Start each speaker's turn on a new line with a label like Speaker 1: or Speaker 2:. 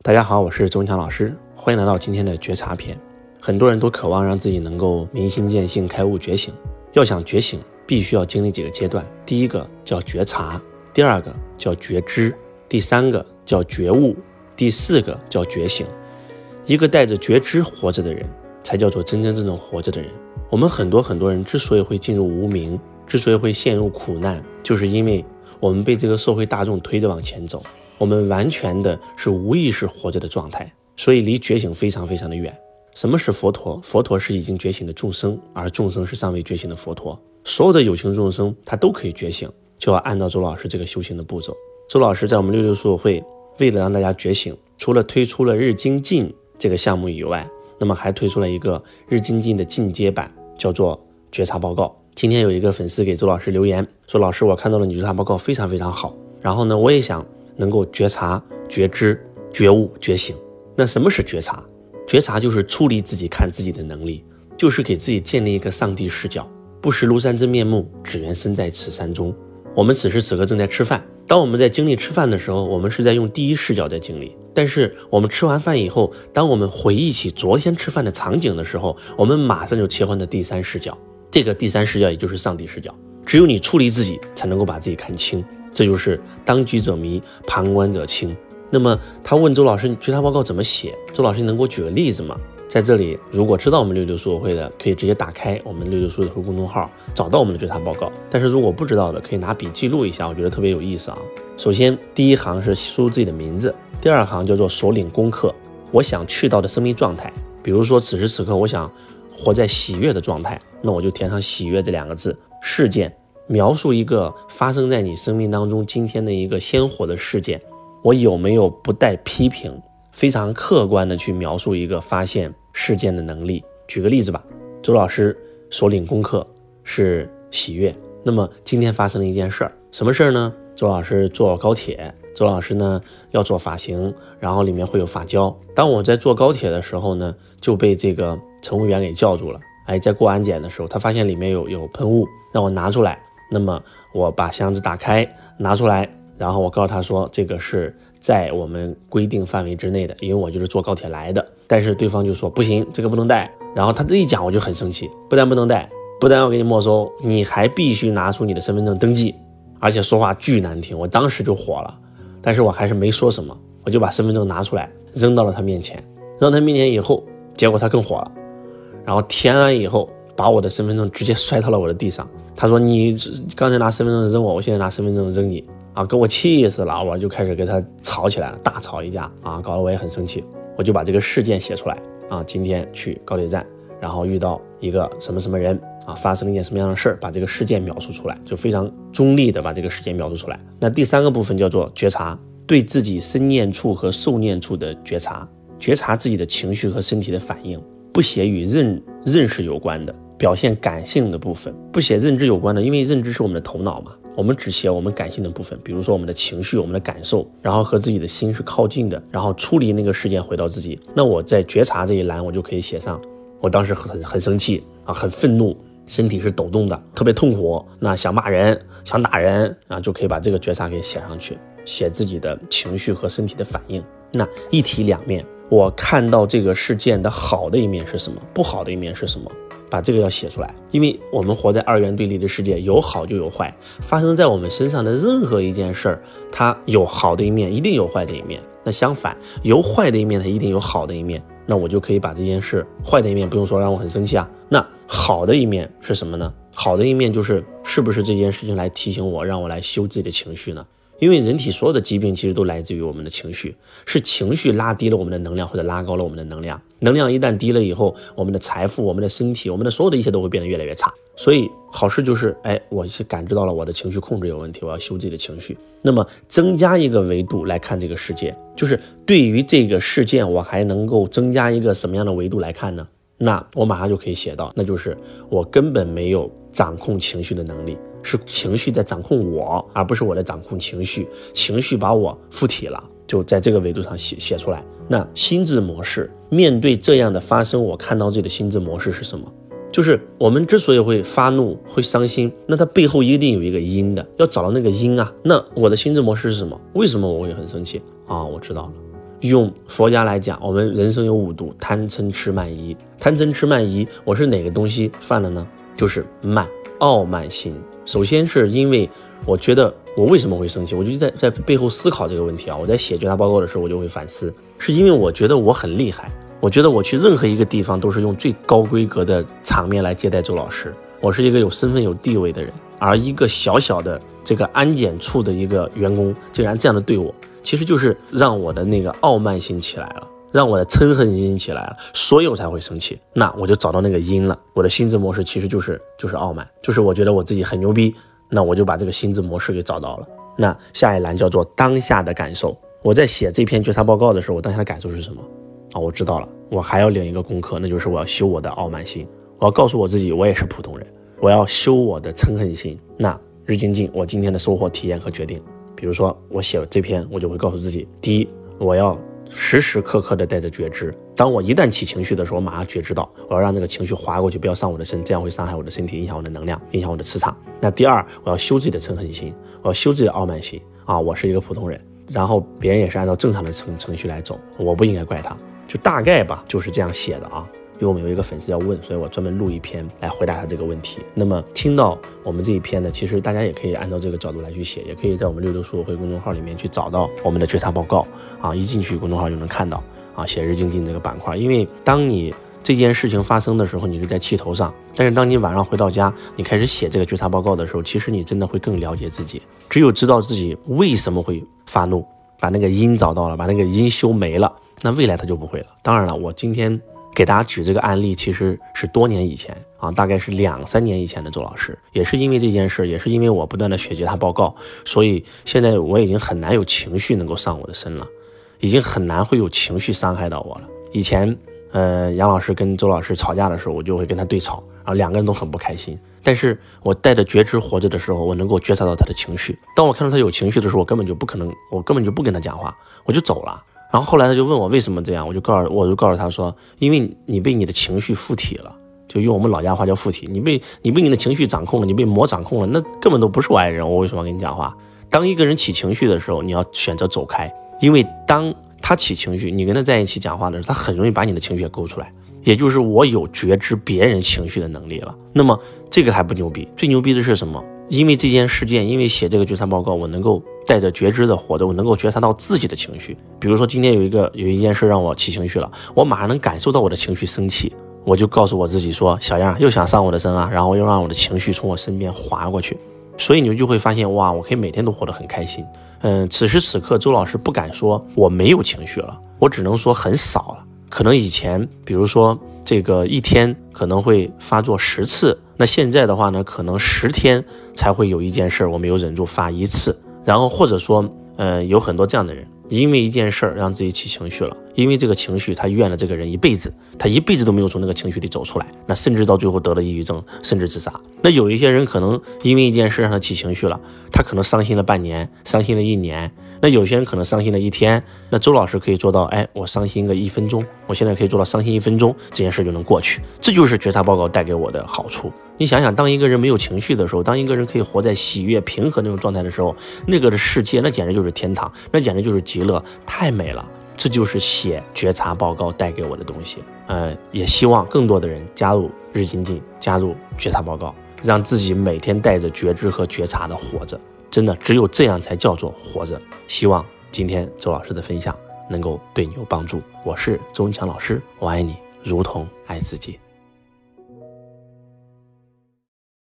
Speaker 1: 大家好，我是周文强老师，欢迎来到今天的觉察篇。很多人都渴望让自己能够明心见性、开悟觉醒。要想觉醒，必须要经历几个阶段。第一个叫觉察，第二个叫觉知，第三个叫觉悟，第四个叫觉醒。一个带着觉知活着的人，才叫做真正活着的人。我们很多人之所以会进入无明，之所以会陷入苦难，就是因为我们被这个社会大众推着往前走，我们完全的是无意识活着的状态，所以离觉醒非常的远。什么是佛陀？佛陀是已经觉醒的众生，而众生是尚未觉醒的佛陀。所有的有情众生他都可以觉醒，就要按照周老师这个修行的步骤。周老师在我们66书友会为了让大家觉醒，除了推出了日精进这个项目以外，那么还推出了一个日精进的进阶版，叫做觉察报告。今天有一个粉丝给周老师留言说，老师，我看到了你觉察报告非常好，然后呢我也想能够觉察、觉知、觉悟、觉醒。那什么是觉察？觉察就是出离自己看自己的能力，就是给自己建立一个上帝视角，不识庐山真面目，只缘身在此山中。我们此时此刻正在吃饭，当我们在经历吃饭的时候，我们是在用第一视角在经历，但是我们吃完饭以后，当我们回忆起昨天吃饭的场景的时候，我们马上就切换到第三视角。这个第三视角也就是上帝视角，只有你出离自己才能够把自己看清，这就是当局者迷，旁观者清。那么他问周老师，觉察报告怎么写？周老师能给我举个例子吗？在这里，如果知道我们66书友会的，可以直接打开我们66书友会公众号，找到我们的觉察报告。但是如果不知道的，可以拿笔记录一下，我觉得特别有意思啊。首先，第一行是输入自己的名字，第二行叫做所领功课，我想去到的生命状态。比如说此时此刻我想活在喜悦的状态，那我就填上喜悦这2个字。事件，描述一个发生在你生命当中今天的一个鲜活的事件，我有没有不带批评，非常客观的去描述一个发现事件的能力。举个例子吧，周老师所领功课是喜悦，那么今天发生了一件事儿，什么事儿呢？周老师坐高铁，周老师呢要做发型，然后里面会有发胶。当我在坐高铁的时候呢，就被这个乘务员给叫住了。在过安检的时候，他发现里面有喷雾，让我拿出来。那么我把箱子打开，拿出来，然后我告诉他说，这个是在我们规定范围之内的，因为我就是坐高铁来的。但是对方就说不行，这个不能带。然后他这一讲我就很生气，不但不能带，不但要给你没收，你还必须拿出你的身份证登记，而且说话巨难听。我当时就火了，但是我还是没说什么，我就把身份证拿出来扔到了他面前。扔到他面前以后，结果他更火了，然后填完以后把我的身份证直接摔到了我的地上。他说，你刚才拿身份证扔我现在拿身份证扔你啊，给我气死了。我就开始跟他吵起来了，大吵一架啊，搞得我也很生气。我就把这个事件写出来啊，今天去高铁站，然后遇到一个什么人啊，发生了一件什么样的事儿，把这个事件描述出来，就非常中立的把这个事件描述出来。那第三个部分叫做觉察，对自己身念处和受念处的觉察，觉察自己的情绪和身体的反应，不写与认识有关的，表现感性的部分，不写认知有关的，因为认知是我们的头脑嘛，我们只写我们感性的部分，比如说我们的情绪、我们的感受，然后和自己的心是靠近的，然后处理那个事件回到自己。那我在觉察这一栏，我就可以写上我当时很生气啊，很愤怒，身体是抖动的，特别痛苦，那想骂人想打人啊，就可以把这个觉察给写上去，写自己的情绪和身体的反应。那一体两面，我看到这个事件的好的一面是什么，不好的一面是什么，把这个要写出来。因为我们活在二元对立的世界，有好就有坏，发生在我们身上的任何一件事儿，它有好的一面一定有坏的一面，那相反有坏的一面它一定有好的一面。那我就可以把这件事坏的一面不用说让我很生气啊，那好的一面是什么呢？好的一面就是是不是这件事情来提醒我，让我来修自己的情绪呢？因为人体所有的疾病其实都来自于我们的情绪，是情绪拉低了我们的能量或者拉高了我们的能量，能量一旦低了以后，我们的财富、我们的身体、我们的所有的一切都会变得越来越差。所以好事就是我是感知到了我的情绪控制有问题，我要修自己的情绪。那么增加一个维度来看这个世界，就是对于这个事件我还能够增加一个什么样的维度来看呢？那我马上就可以写到，那就是我根本没有掌控情绪的能力，是情绪在掌控我，而不是我在掌控情绪，情绪把我附体了，就在这个维度上写出来。那心智模式，面对这样的发生，我看到自己的心智模式是什么？就是我们之所以会发怒会伤心，那它背后一定有一个因的，要找到那个因啊。那我的心智模式是什么？为什么我会很生气啊？我知道了， 用佛家来讲，我们人生有5毒：贪嗔痴慢疑。贪嗔痴慢疑，我是哪个东西犯了呢？就是慢，傲慢心。首先是因为我觉得我为什么会生气，我就在背后思考这个问题啊。我在写觉察报告的时候，我就会反思，是因为我觉得我很厉害，我觉得我去任何一个地方都是用最高规格的场面来接待周老师，我是一个有身份有地位的人，而一个小小的这个安检处的一个员工竟然这样的对我，其实就是让我的那个傲慢心起来了，让我的嗔恨心起来了，所以我才会生气。那我就找到那个因了，我的心智模式其实就是傲慢，就是我觉得我自己很牛逼，那我就把这个心智模式给找到了。那下一栏叫做当下的感受。我在写这篇觉察报告的时候，我当下的感受是什么啊？我知道了，我还要领一个功课，那就是我要修我的傲慢心，我要告诉我自己我也是普通人，我要修我的嗔恨心。那日精进，我今天的收获、体验和决定，比如说我写这篇，我就会告诉自己，第一，我要时时刻刻的带着觉知，当我一旦起情绪的时候，我马上觉知到，我要让这个情绪划过去，不要上我的身，这样会伤害我的身体，影响我的能量，影响我的磁场。那第二，我要修自己的嗔恨心，我要修自己的傲慢心啊，我是一个普通人，然后别人也是按照正常的程序来走，我不应该怪他，就大概吧，就是这样写的啊。因为我们有一个粉丝要问，所以我专门录一篇来回答他这个问题。那么听到我们这一篇呢，其实大家也可以按照这个角度来去写，也可以在我们66书友会公众号里面去找到我们的觉察报告啊，一进去公众号就能看到啊，写日精进这个板块。因为当你这件事情发生的时候，你是在气头上，但是当你晚上回到家，你开始写这个觉察报告的时候，其实你真的会更了解自己。只有知道自己为什么会发怒，把那个因找到了，把那个因修没了，那未来他就不会了。当然了，我今天给大家举这个案例其实是多年以前啊，大概是2-3年以前的周老师，也是因为这件事，也是因为我不断的学觉察报告，所以现在我已经很难有情绪能够上我的身了，已经很难会有情绪伤害到我了。以前杨老师跟周老师吵架的时候，我就会跟他对吵，然后2个人都很不开心，但是我带着觉知活着的时候，我能够觉察到他的情绪。当我看到他有情绪的时候，我根本就不跟他讲话，我就走了。然后后来他就问我为什么这样，我就告诉他说，因为你被你的情绪附体了，就用我们老家话叫附体，你被你的情绪掌控了，你被魔掌控了，那根本都不是我爱人，我为什么要跟你讲话？当一个人起情绪的时候，你要选择走开，因为当他起情绪，你跟他在一起讲话的时候，他很容易把你的情绪也勾出来，也就是我有觉知别人情绪的能力了。那么这个还不牛逼，最牛逼的是什么？因为这件事件，因为写这个觉察报告，我能够带着觉知的活着，我能够觉察到自己的情绪。比如说今天有一件事让我起情绪了，我马上能感受到我的情绪生气，我就告诉我自己说，小样又想上我的身啊，然后又让我的情绪从我身边划过去。所以你就会发现，哇，我可以每天都活得很开心。此时此刻周老师不敢说我没有情绪了，我只能说很少了。可能以前比如说这个一天可能会发作10次，那现在的话呢，可能10天才会有一件事我没有忍住发1次。然后或者说有很多这样的人，因为一件事让自己起情绪了，因为这个情绪他怨了这个人一辈子，他一辈子都没有从那个情绪里走出来，那甚至到最后得了抑郁症，甚至自杀。那有一些人可能因为一件事让他起情绪了，他可能伤心了半年，伤心了1年，那有些人可能伤心了1天，那周老师可以做到，我伤心个1分钟，我现在可以做到伤心1分钟，这件事就能过去。这就是觉察报告带给我的好处。你想想，当一个人没有情绪的时候，当一个人可以活在喜悦平和那种状态的时候，那个的世界那简直就是天堂，那简直就是极乐，太美了。这就是写觉察报告带给我的东西。也希望更多的人加入日精进，加入觉察报告，让自己每天带着觉知和觉察的活着，真的只有这样才叫做活着。希望今天周老师的分享能够对你有帮助。我是周文强老师，我爱你如同爱自己。